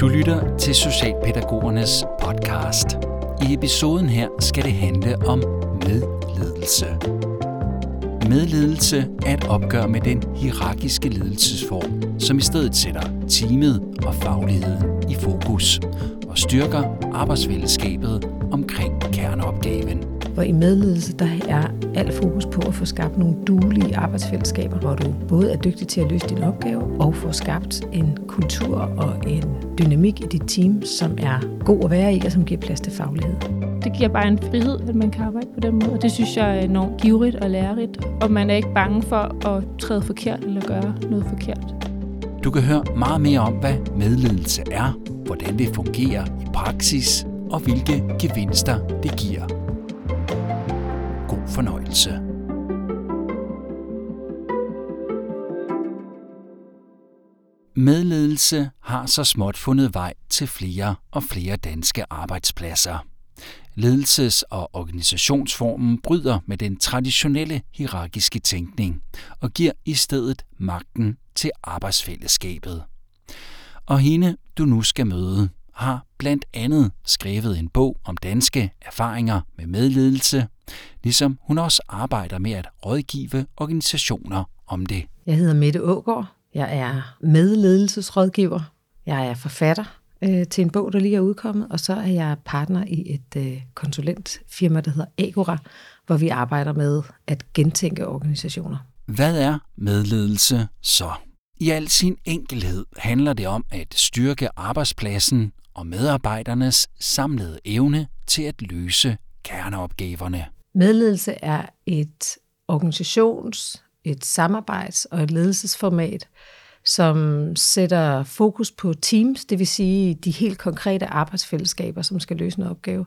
Du lytter til Socialpædagogernes podcast. I episoden her skal det handle om medledelse. Medledelse er et opgør med den hierarkiske ledelsesform, som i stedet sætter teamet og fagligheden i fokus og styrker arbejdsfællesskabet omkring kerneopgaven. Hvor i medledelse, der er alt fokus på at få skabt nogle duelige arbejdsfællesskaber, hvor du både er dygtig til at løse din opgave og får skabt en kultur og en dynamik i dit team, som er god at være i og som giver plads til faglighed. Det giver bare en frihed, at man kan arbejde på den måde, og det synes jeg er enormt givrigt og lærerigt, og man er ikke bange for at træde forkert eller gøre noget forkert. Du kan høre meget mere om, hvad medledelse er, hvordan det fungerer i praksis og hvilke gevinster det giver. God fornøjelse. Medledelse har så småt fundet vej til flere og flere danske arbejdspladser. Ledelses- og organisationsformen bryder med den traditionelle hierarkiske tænkning og giver i stedet magten til arbejdsfællesskabet. Og hende, du nu skal møde, har blandt andet skrevet en bog om danske erfaringer med medledelse, ligesom hun også arbejder med at rådgive organisationer om det. Jeg hedder Mette Aagaard. Jeg er medledelsesrådgiver. Jeg er forfatter til en bog, der lige er udkommet, og så er jeg partner i et konsulentfirma, der hedder Agora, hvor vi arbejder med at gentænke organisationer. Hvad er medledelse så? I al sin enkelhed handler det om at styrke arbejdspladsen og medarbejdernes samlede evne til at løse kerneopgaverne. Medledelse er et et samarbejds- og et ledelsesformat, som sætter fokus på teams, det vil sige de helt konkrete arbejdsfællesskaber, som skal løse en opgave,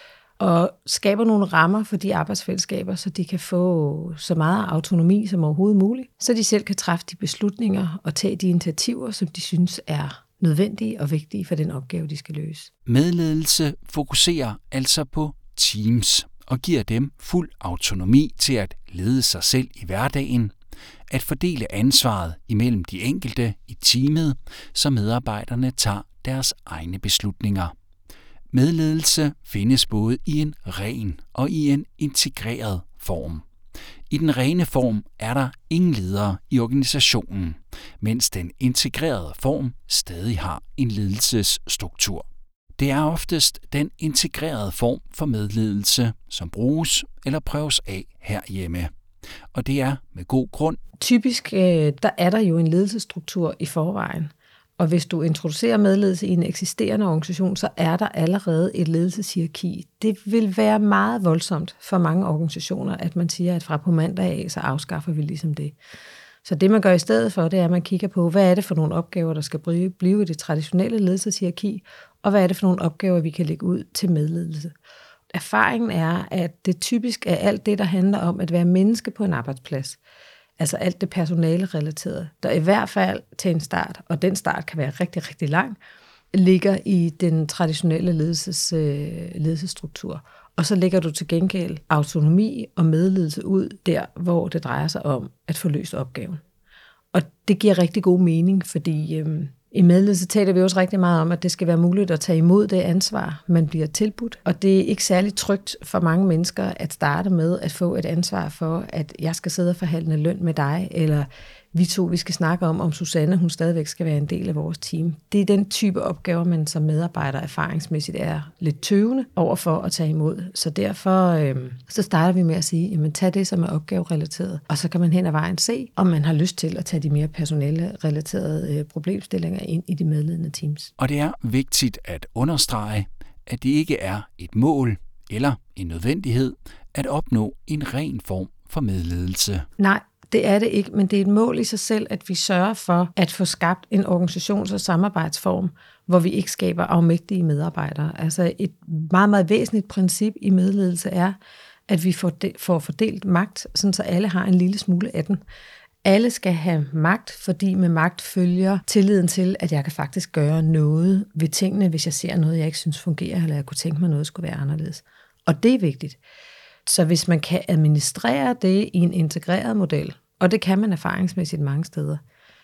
og skaber nogle rammer for de arbejdsfællesskaber, så de kan få så meget autonomi som overhovedet muligt, så de selv kan træffe de beslutninger og tage de initiativer, som de synes er nødvendige og vigtige for den opgave, de skal løse. Medledelse fokuserer altså på teams og giver dem fuld autonomi til at lede sig selv i hverdagen, at fordele ansvaret imellem de enkelte i teamet, så medarbejderne tager deres egne beslutninger. Medledelse findes både i en ren og i en integreret form. I den rene form er der ingen ledere i organisationen, mens den integrerede form stadig har en ledelsesstruktur. Det er oftest den integrerede form for medledelse, som bruges eller prøves af herhjemme. Og det er med god grund. Typisk der er der jo en ledelsesstruktur i forvejen. Og hvis du introducerer medledelse i en eksisterende organisation, så er der allerede et ledelseshierarki. Det vil være meget voldsomt for mange organisationer, at man siger, at fra på mandag af, så afskaffer vi ligesom det. Så det, man gør i stedet for, det er, at man kigger på, hvad er det for nogle opgaver, der skal blive i det traditionelle ledelseshierarki, og hvad er det for nogle opgaver, vi kan lægge ud til medledelse. Erfaringen er, at det typisk er alt det, der handler om at være menneske på en arbejdsplads. Altså alt det personale-relaterede, der i hvert fald til en start, og den start kan være rigtig, rigtig lang, ligger i den traditionelle ledelsesstruktur. Og så lægger du til gengæld autonomi og medledelse ud der, hvor det drejer sig om at få løst opgaven. Og det giver rigtig god mening, fordi i medledelse taler vi også rigtig meget om, at det skal være muligt at tage imod det ansvar, man bliver tilbudt. Og det er ikke særlig trygt for mange mennesker at starte med at få et ansvar for, at jeg skal sidde og forhandle løn med dig, eller vi skal snakke om Susanne, hun stadigvæk skal være en del af vores team. Det er den type opgaver, man som medarbejder erfaringsmæssigt er lidt tøvende overfor at tage imod. Så derfor så starter vi med at sige, jamen tag det, som er opgaverelateret, og så kan man hen ad vejen se, om man har lyst til at tage de mere personale-relaterede problemstillinger ind i de medledende teams. Og det er vigtigt at understrege, at det ikke er et mål eller en nødvendighed at opnå en ren form for medledelse. Nej, det er det ikke, men det er et mål i sig selv, at vi sørger for at få skabt en organisations- og samarbejdsform, hvor vi ikke skaber afmægtige medarbejdere. Altså et meget, meget væsentligt princip i medledelse er, at vi får fordelt magt, sådan så alle har en lille smule af den. Alle skal have magt, fordi med magt følger tilliden til, at jeg kan faktisk gøre noget ved tingene, hvis jeg ser noget, jeg ikke synes fungerer, eller jeg kunne tænke mig, noget skulle være anderledes. Og det er vigtigt. Så hvis man kan administrere det i en integreret model, og det kan man erfaringsmæssigt mange steder,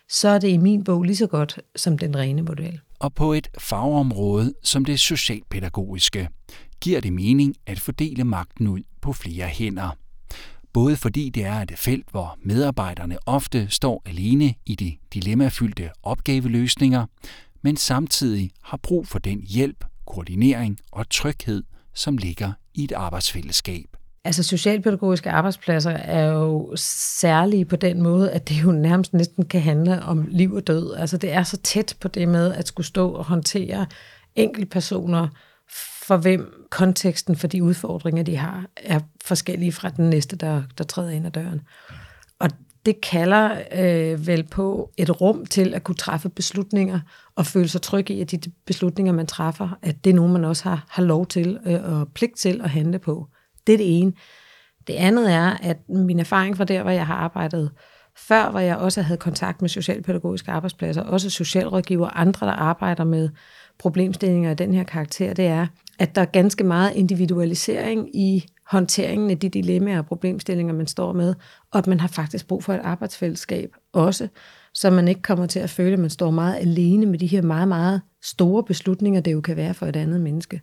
så er det i min bog lige så godt som den rene model. Og på et fagområde som det socialpædagogiske giver det mening at fordele magten ud på flere hænder. Både fordi det er et felt, hvor medarbejderne ofte står alene i de dilemmafyldte opgaveløsninger, men samtidig har brug for den hjælp, koordinering og tryghed, som ligger i et arbejdsfællesskab. Altså socialpædagogiske arbejdspladser er jo særlige på den måde, at det jo nærmest næsten kan handle om liv og død. Altså det er så tæt på det med at skulle stå og håndtere enkeltpersoner, for hvem konteksten for de udfordringer, de har, er forskellige fra den næste, der træder ind ad døren. Og det kalder vel på et rum til at kunne træffe beslutninger og føle sig tryg i, at de beslutninger, man træffer, at det er nogen, man også har lov til og pligt til at handle på. Det er det ene. Det andet er, at min erfaring fra der, hvor jeg har arbejdet før, hvor jeg også havde kontakt med socialpædagogiske arbejdspladser, også socialrådgiver og andre, der arbejder med problemstillinger af den her karakter, det er, at der er ganske meget individualisering i håndteringen af de dilemmaer og problemstillinger, man står med, og at man har faktisk brug for et arbejdsfællesskab også, så man ikke kommer til at føle, at man står meget alene med de her meget, meget store beslutninger, det jo kan være for et andet menneske.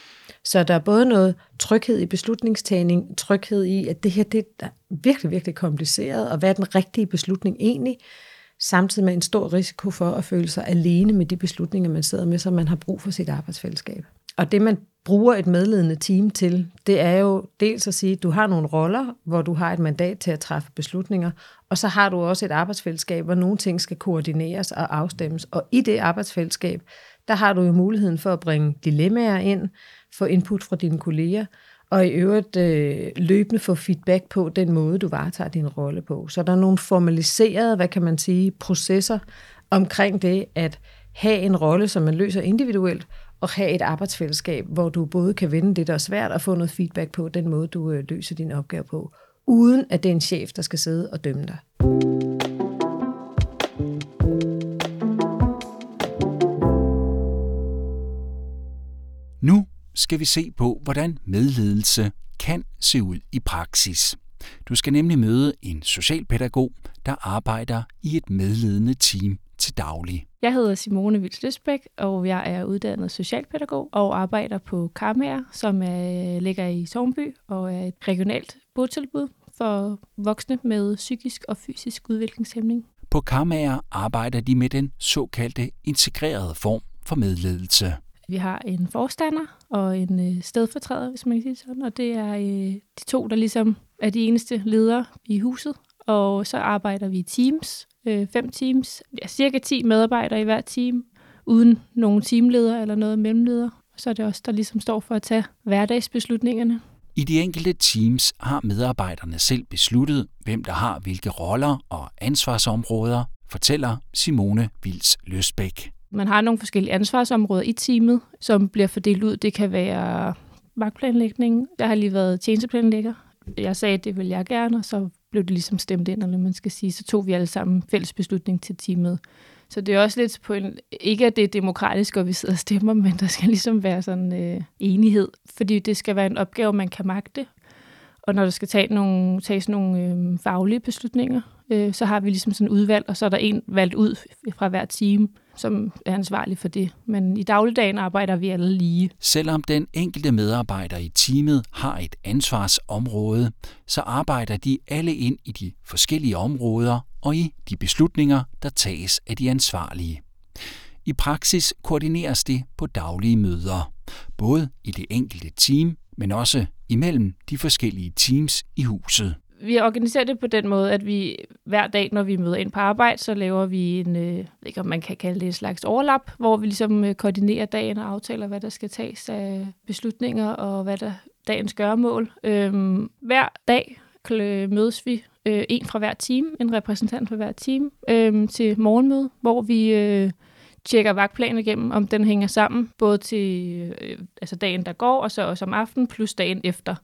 Så der er både noget tryghed i beslutningstagning, tryghed i, at det her det er virkelig, virkelig kompliceret, og hvad er den rigtige beslutning egentlig, samtidig med en stor risiko for at føle sig alene med de beslutninger, man sidder med, så man har brug for sit arbejdsfællesskab. Og det, man bruger et medledende team til, det er jo dels at sige, at du har nogle roller, hvor du har et mandat til at træffe beslutninger, og så har du også et arbejdsfællesskab, hvor nogle ting skal koordineres og afstemmes. Og i det arbejdsfællesskab, der har du jo muligheden for at bringe dilemmaer ind, få input fra dine kolleger, og i øvrigt løbende få feedback på den måde, du varetager din rolle på. Så der er nogle formaliserede, hvad kan man sige, processer omkring det at have en rolle, som man løser individuelt, og have et arbejdsfællesskab, hvor du både kan vende det, der er svært, og få noget feedback på den måde, du løser din opgave på, uden at det er en chef, der skal sidde og dømme dig. Nu skal vi se på, hvordan medledelse kan se ud i praksis. Du skal nemlig møde en socialpædagog, der arbejder i et medledende team til daglig. Jeg hedder Simone Wils Løsbæk, og jeg er uddannet socialpædagog og arbejder på Karmager, som ligger i Sorgenby og er et regionalt botilbud for voksne med psykisk og fysisk udviklingshæmning. På Karmager arbejder de med den såkaldte integrerede form for medledelse. Vi har en forstander og en stedfortræder, hvis man kan sige sådan, og det er de to, der ligesom er de eneste ledere i huset. Og så arbejder vi i teams, 5 teams, cirka 10 medarbejdere i hver team, uden nogen teamleder eller noget mellemleder. Så er det også der ligesom står for at tage hverdagsbeslutningerne. I de enkelte teams har medarbejderne selv besluttet, hvem der har hvilke roller og ansvarsområder, fortæller Simone Wils Løsbæk. Man har nogle forskellige ansvarsområder i teamet, som bliver fordelt ud. Det kan være vagtplanlægning. Jeg har lige været tjenesteplanlægger. Jeg sagde, at det vil jeg gerne, og så blev det ligesom stemt ind, eller man skal sige, så tog vi alle sammen fælles beslutning til teamet. Så det er også lidt på ikke at det er demokratisk, og vi sidder og stemmer, men der skal ligesom være sådan enighed, fordi det skal være en opgave, man kan magte. Og når der skal tages nogle faglige beslutninger, så har vi ligesom sådan et udvalg, og så er der en valgt ud fra hver team, som er ansvarlig for det. Men i dagligdagen arbejder vi alle lige. Selvom den enkelte medarbejder i teamet har et ansvarsområde, så arbejder de alle ind i de forskellige områder og i de beslutninger, der tages af de ansvarlige. I praksis koordineres det på daglige møder, både i det enkelte team, men også imellem de forskellige teams i huset. Vi organiserer det på den måde, at vi hver dag, når vi møder ind på arbejde, så laver vi ikke om man kan kalde det et slags overlap, hvor vi ligesom koordinerer dagen og aftaler, hvad der skal tages af beslutninger og hvad der dagens gøremål. Hver dag mødes vi en fra hver team, en repræsentant fra hver team, til morgenmøde, hvor vi tjekker vagtplanen igennem, om den hænger sammen, både til dagen, der går, og så også om aftenen, plus dagen efter.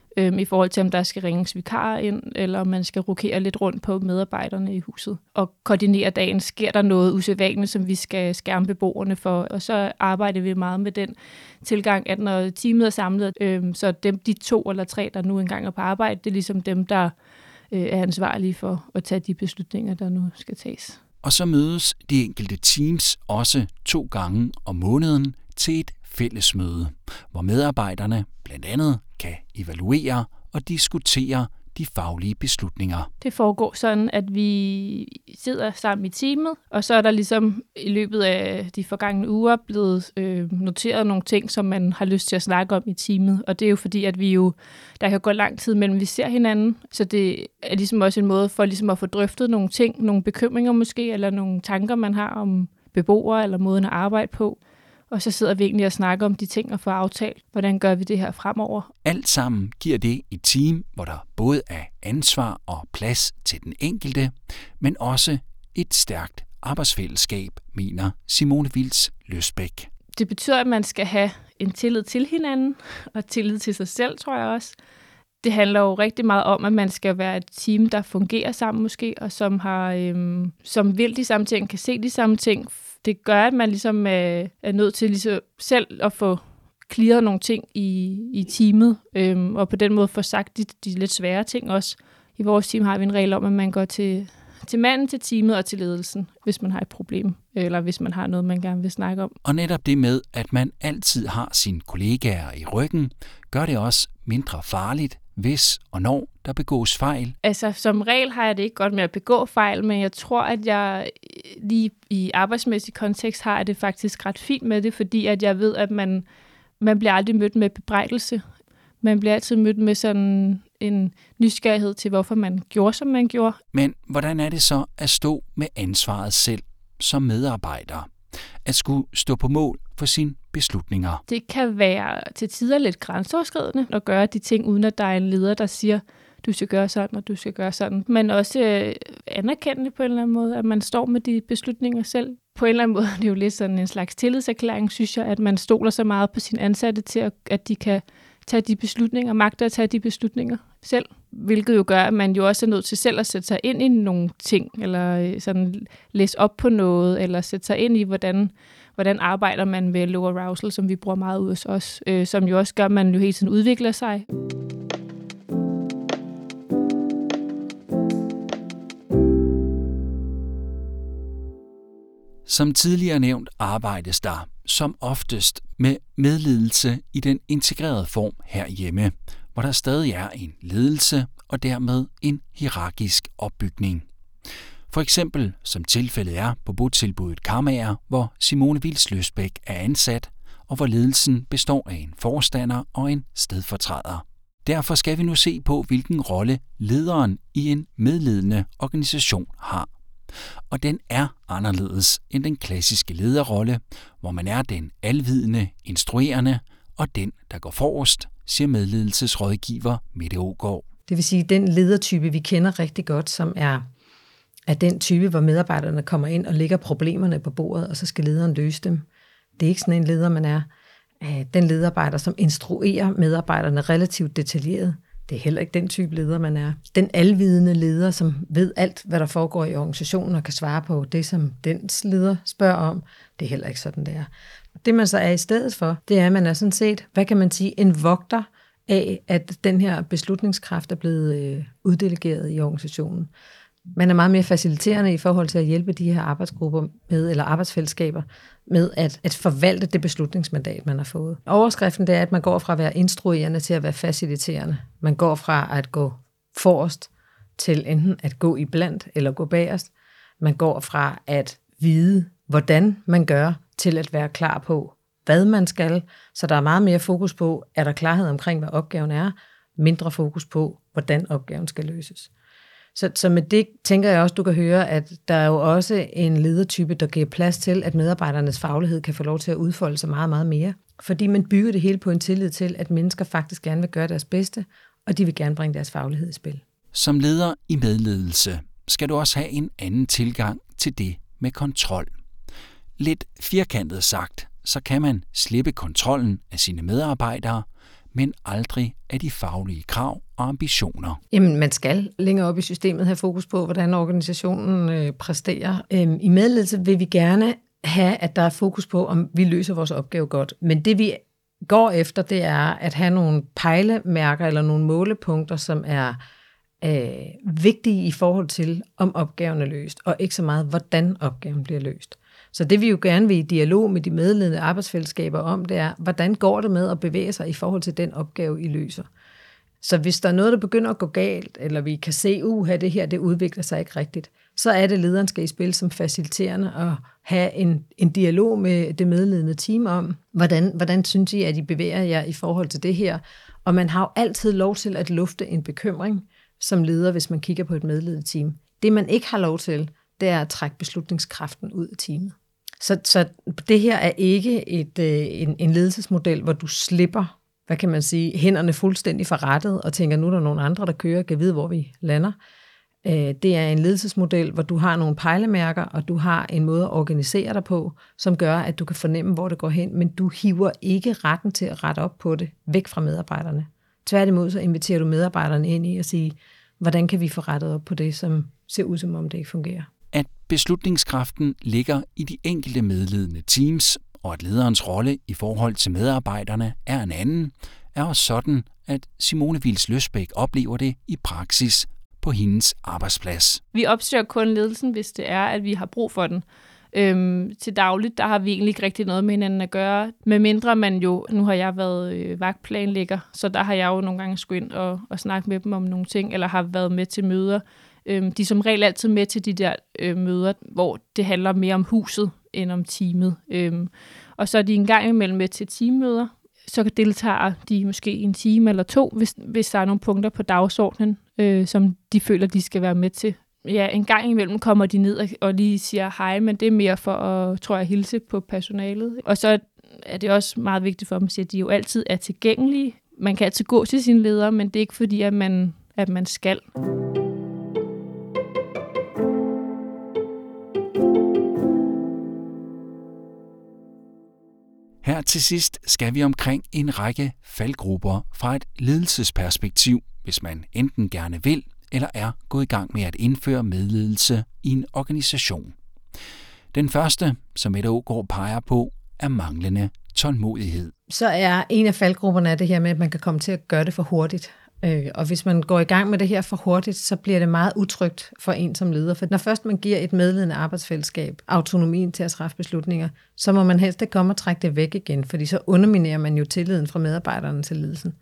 I forhold til, om der skal ringes vikarer ind, eller om man skal rokere lidt rundt på medarbejderne i huset. Og koordinere dagen. Sker der noget usædvanligt, som vi skal skærme beboerne for? Og så arbejder vi meget med den tilgang, at når teamet er samlet, så de 2 eller 3, der nu engang er på arbejde, det er ligesom dem, der er ansvarlige for at tage de beslutninger, der nu skal tages. Og så mødes de enkelte teams også 2 gange om måneden til et fællesmøde, hvor medarbejderne blandt andet kan evaluere og diskutere de faglige beslutninger. Det foregår sådan, at vi sidder sammen i teamet, og så er der ligesom i løbet af de forgangne uger blevet noteret nogle ting, som man har lyst til at snakke om i teamet. Og det er jo fordi, at der kan gå lang tid mellem vi ser hinanden, så det er ligesom også en måde for ligesom at få drøftet nogle ting, nogle bekymringer måske, eller nogle tanker, man har om beboere eller måden at arbejde på. Og så sidder vi egentlig og snakker om de ting og får aftalt, hvordan gør vi det her fremover. Alt sammen giver det et team, hvor der både er ansvar og plads til den enkelte, men også et stærkt arbejdsfællesskab, mener Simone Wiltz Løsbæk. Det betyder, at man skal have en tillid til hinanden og tillid til sig selv, tror jeg også. Det handler jo rigtig meget om, at man skal være et team, der fungerer sammen måske, og som vil de samme ting, kan se de samme ting. Det gør, at man ligesom er nødt til ligesom selv at få clearet nogle ting i teamet, og på den måde få sagt de lidt svære ting også. I vores team har vi en regel om, at man går til manden, til teamet og til ledelsen, hvis man har et problem, eller hvis man har noget, man gerne vil snakke om. Og netop det med, at man altid har sine kollegaer i ryggen, gør det også mindre farligt, hvis og når der begås fejl. Altså, som regel har jeg det ikke godt med at begå fejl, men jeg tror, at jeg lige i arbejdsmæssig kontekst har jeg det faktisk ret fint med det, fordi at jeg ved, at man bliver aldrig mødt med bebrejdelse. Man bliver altid mødt med sådan en nysgerrighed til, hvorfor man gjorde, som man gjorde. Men hvordan er det så at stå med ansvaret selv som medarbejder? At skulle stå på mål for sine beslutninger? Det kan være til tider lidt grænseoverskridende at gøre de ting, uden at der er en leder, der siger, du skal gøre sådan, og du skal gøre sådan. Men også anerkendende på en eller anden måde, at man står med de beslutninger selv. På en eller anden måde det er jo lidt sådan en slags tillidserklæring, synes jeg, at man stoler så meget på sine ansatte til, at de kan tage de beslutninger, magter at tage de beslutninger selv. Hvilket jo gør, at man jo også er nødt til selv at sætte sig ind i nogle ting, eller sådan læse op på noget, eller sætte sig ind i, hvordan arbejder man med low arousal, som vi bruger meget ud hos os, som jo også gør, at man jo hele tiden udvikler sig. Som tidligere nævnt arbejdes der som oftest med medledelse i den integrerede form herhjemme, hvor der stadig er en ledelse og dermed en hierarkisk opbygning. For eksempel som tilfældet er på botilbuddet Karmager, hvor Simone Wiltz Løsbæk er ansat, og hvor ledelsen består af en forstander og en stedfortræder. Derfor skal vi nu se på, hvilken rolle lederen i en medledende organisation har. Og den er anderledes end den klassiske lederrolle, hvor man er den alvidende, instruerende og den, der går forrest, siger medledelsesrådgiver Mette Aagaard. Det vil sige, den ledertype, vi kender rigtig godt, som er den type, hvor medarbejderne kommer ind og lægger problemerne på bordet, og så skal lederen løse dem. Det er ikke sådan en leder, man er. Den lederarbejder, som instruerer medarbejderne relativt detaljeret, det er heller ikke den type leder, man er. Den alvidende leder, som ved alt, hvad der foregår i organisationen, og kan svare på det, som dens leder spørger om, det er heller ikke sådan, det er. Det, man så er i stedet for, det er, at man er sådan set, hvad kan man sige, en vogter af, at den her beslutningskraft er blevet uddelegeret i organisationen. Man er meget mere faciliterende i forhold til at hjælpe de her arbejdsgrupper med, eller arbejdsfællesskaber med at forvalte det beslutningsmandat, man har fået. Overskriften det er, at man går fra at være instruerende til at være faciliterende. Man går fra at gå forrest til enten at gå iblandt eller gå bagerst. Man går fra at vide, hvordan man gør, til at være klar på, hvad man skal. Så der er meget mere fokus på, er der klarhed omkring, hvad opgaven er, mindre fokus på, hvordan opgaven skal løses. Så med det tænker jeg også, du kan høre, at der er jo også en ledertype, der giver plads til, at medarbejdernes faglighed kan få lov til at udfolde sig meget, meget mere. Fordi man bygger det hele på en tillid til, at mennesker faktisk gerne vil gøre deres bedste, og de vil gerne bringe deres faglighed i spil. Som leder i medledelse skal du også have en anden tilgang til det med kontrol. Lidt firkantet sagt, så kan man slippe kontrollen af sine medarbejdere, men aldrig af de faglige krav og ambitioner. Jamen, man skal længere op i systemet have fokus på, hvordan organisationen præsterer. I medledelse vil vi gerne have, at der er fokus på, om vi løser vores opgave godt. Men det vi går efter, det er at have nogle pejlemærker eller nogle målepunkter, som er vigtige i forhold til, om opgaven er løst, og ikke så meget, hvordan opgaven bliver løst. Så det vi jo gerne vil i dialog med de medledende arbejdsfællesskaber om, det er, hvordan går det med at bevæge sig i forhold til den opgave, I løser. Så hvis der er noget, der begynder at gå galt, eller vi kan se, at det her det udvikler sig ikke rigtigt, så er det, lederen skal i spil som faciliterende og have en dialog med det medledende team om, hvordan synes I, at I bevæger jer i forhold til det her. Og man har jo altid lov til at lufte en bekymring som leder, hvis man kigger på et medledende team. Det, man ikke har lov til, det er at trække beslutningskraften ud af teamet. Så det her er ikke en ledelsesmodel, hvor du slipper, hvad kan man sige, hænderne fuldstændig fra rattet og tænker, nu er der nogle andre, der kører, kan vide, hvor vi lander. Det er en ledelsesmodel, hvor du har nogle pejlemærker, og du har en måde at organisere dig på, som gør, at du kan fornemme, hvor det går hen, men du hiver ikke retten til at rette op på det væk fra medarbejderne. Tværtimod så inviterer du medarbejderne ind i at sige, hvordan kan vi få rettet op på det, som ser ud som om det ikke fungerer. At beslutningskraften ligger i de enkelte medledende teams, og at lederens rolle i forhold til medarbejderne er en anden, er også sådan, at Simone Wils Løsbæk oplever det i praksis på hendes arbejdsplads. Vi opsøger kun ledelsen, hvis det er, at vi har brug for den. Til dagligt, der har vi egentlig ikke rigtig noget med hinanden at gøre. Med mindre man jo, nu har jeg været vagtplanlægger, så der har jeg jo nogle gange skulle ind og snakke med dem om nogle ting, eller har været med til møder. De er som regel altid med til de der møder, hvor det handler mere om huset end om teamet. Og så er de en gang imellem med til teammøder. Så deltager de måske en time eller to, hvis der er nogle punkter på dagsordenen, som de føler, de skal være med til. Ja, en gang imellem kommer de ned og lige siger hej, men det er mere for at, tror jeg, hilse på personalet. Og så er det også meget vigtigt for dem at sige, at de jo altid er tilgængelige. Man kan altid gå til sine ledere, men det er ikke fordi, at man skal. Her til sidst skal vi omkring en række faldgrupper fra et ledelsesperspektiv, hvis man enten gerne vil eller er gået i gang med at indføre medledelse i en organisation. Den første, som Mette Aagaard peger på, er manglende tålmodighed. Så er en af faldgrupperne af det her med, at man kan komme til at gøre det for hurtigt. Og hvis man går i gang med det her for hurtigt, så bliver det meget utrygt for en som leder. For når først man giver et medledende arbejdsfællesskab autonomien til at træffe beslutninger, så må man helst ikke komme og trække det væk igen, fordi så underminerer man jo tilliden fra medarbejderne til ledelsen.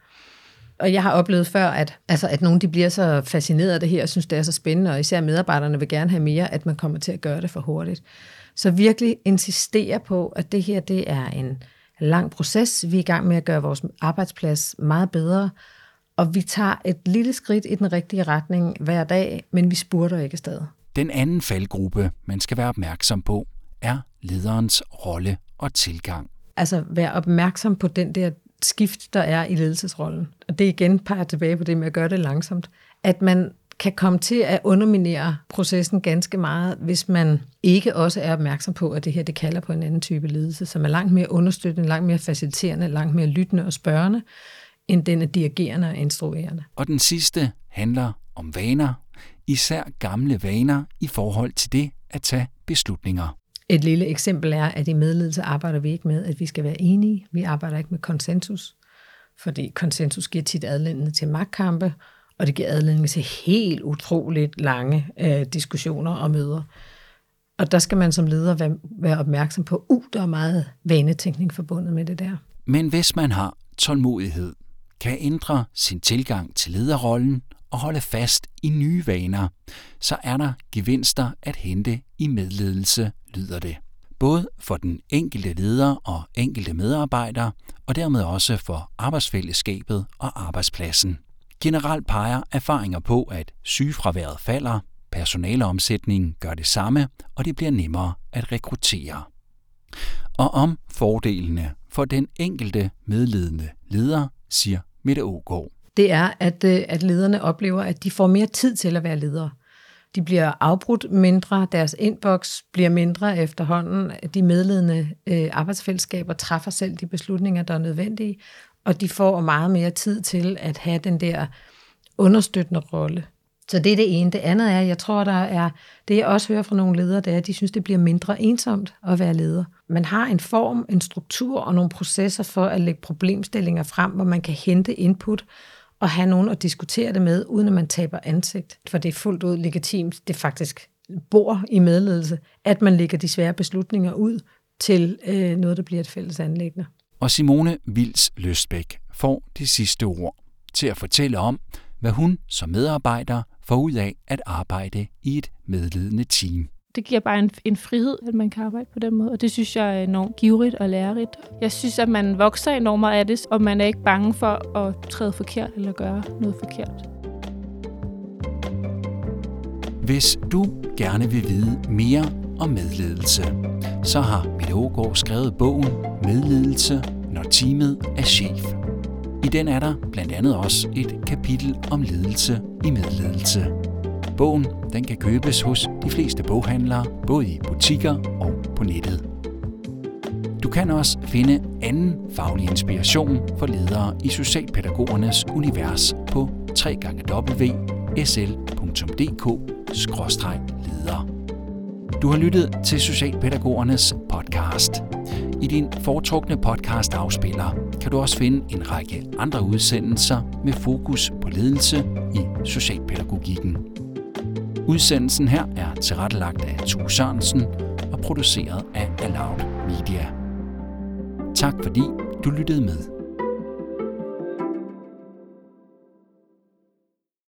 Og jeg har oplevet før, at nogen de bliver så fascineret af det her og synes, det er så spændende, og især medarbejderne vil gerne have mere, at man kommer til at gøre det for hurtigt. Så virkelig insistere på, at det her det er en lang proces. Vi er i gang med at gøre vores arbejdsplads meget bedre, og vi tager et lille skridt i den rigtige retning hver dag, men vi spurter ikke afsted. Den anden faldgruppe, man skal være opmærksom på, er lederens rolle og tilgang. Altså være opmærksom på den der skift, der er i ledelsesrollen. Og det igen peger tilbage på det med at gøre det langsomt. At man kan komme til at underminere processen ganske meget, hvis man ikke også er opmærksom på, at det her det kalder på en anden type ledelse, som er langt mere understøttende, langt mere faciliterende, langt mere lyttende og spørgende, end den er dirigerende og instruerende. Og den sidste handler om vaner, især gamle vaner i forhold til det at tage beslutninger. Et lille eksempel er, at i medledelse arbejder vi ikke med, at vi skal være enige. Vi arbejder ikke med konsensus, fordi konsensus giver tit adledning til magtkampe, og det giver adledning til helt utroligt lange diskussioner og møder. Og der skal man som leder være opmærksom på, der er meget vanetænkning forbundet med det der. Men hvis man har tålmodighed, kan ændre sin tilgang til lederrollen og holde fast i nye vaner, så er der gevinster at hente i medledelse, lyder det. Både for den enkelte leder og enkelte medarbejder, og dermed også for arbejdsfællesskabet og arbejdspladsen. Generelt peger erfaringer på, at sygefraværet falder, personaleomsætningen gør det samme, og det bliver nemmere at rekruttere. Og om fordelene for den enkelte medledende leder, siger Mette Aagaard. Det er, at lederne oplever, at de får mere tid til at være ledere. De bliver afbrudt mindre, deres inbox bliver mindre efterhånden. De medledende arbejdsfællesskaber træffer selv de beslutninger, der er nødvendige, og de får meget mere tid til at have den der understøttende rolle. Så det er det ene. Det andet er, jeg tror, det jeg også hører fra nogle ledere, det er, at de synes, det bliver mindre ensomt at være leder. Man har en form, en struktur og nogle processer for at lægge problemstillinger frem, hvor man kan hente input, at have nogen at diskutere det med, uden at man taber ansigt. For det er fuldt ud legitimt, det faktisk bor i medledelse, at man lægger de svære beslutninger ud til noget, der bliver et fælles anliggende. Og Simone Wils Lystbæk får de sidste ord til at fortælle om, hvad hun som medarbejder får ud af at arbejde i et medledende team. Det giver bare en frihed, at man kan arbejde på den måde, og det synes jeg er enormt givrigt og lærerigt. Jeg synes, at man vokser enormt meget af det, og man er ikke bange for at træde forkert eller gøre noget forkert. Hvis du gerne vil vide mere om medledelse, så har Mette Aagaard skrevet bogen Medledelse, når teamet er chef. I den er der blandt andet også et kapitel om ledelse i medledelse. Bogen den kan købes hos de fleste boghandlere, både i butikker og på nettet. Du kan også finde anden faglig inspiration for ledere i Socialpædagogernes univers på www.sl.dk/leder. Du har lyttet til Socialpædagogernes podcast. I din foretrukne podcast-afspiller kan du også finde en række andre udsendelser med fokus på ledelse i socialpædagogikken. Udsendelsen her er tilrettelagt af Tue Sørensen og produceret af Aloud Media. Tak fordi du lyttede med.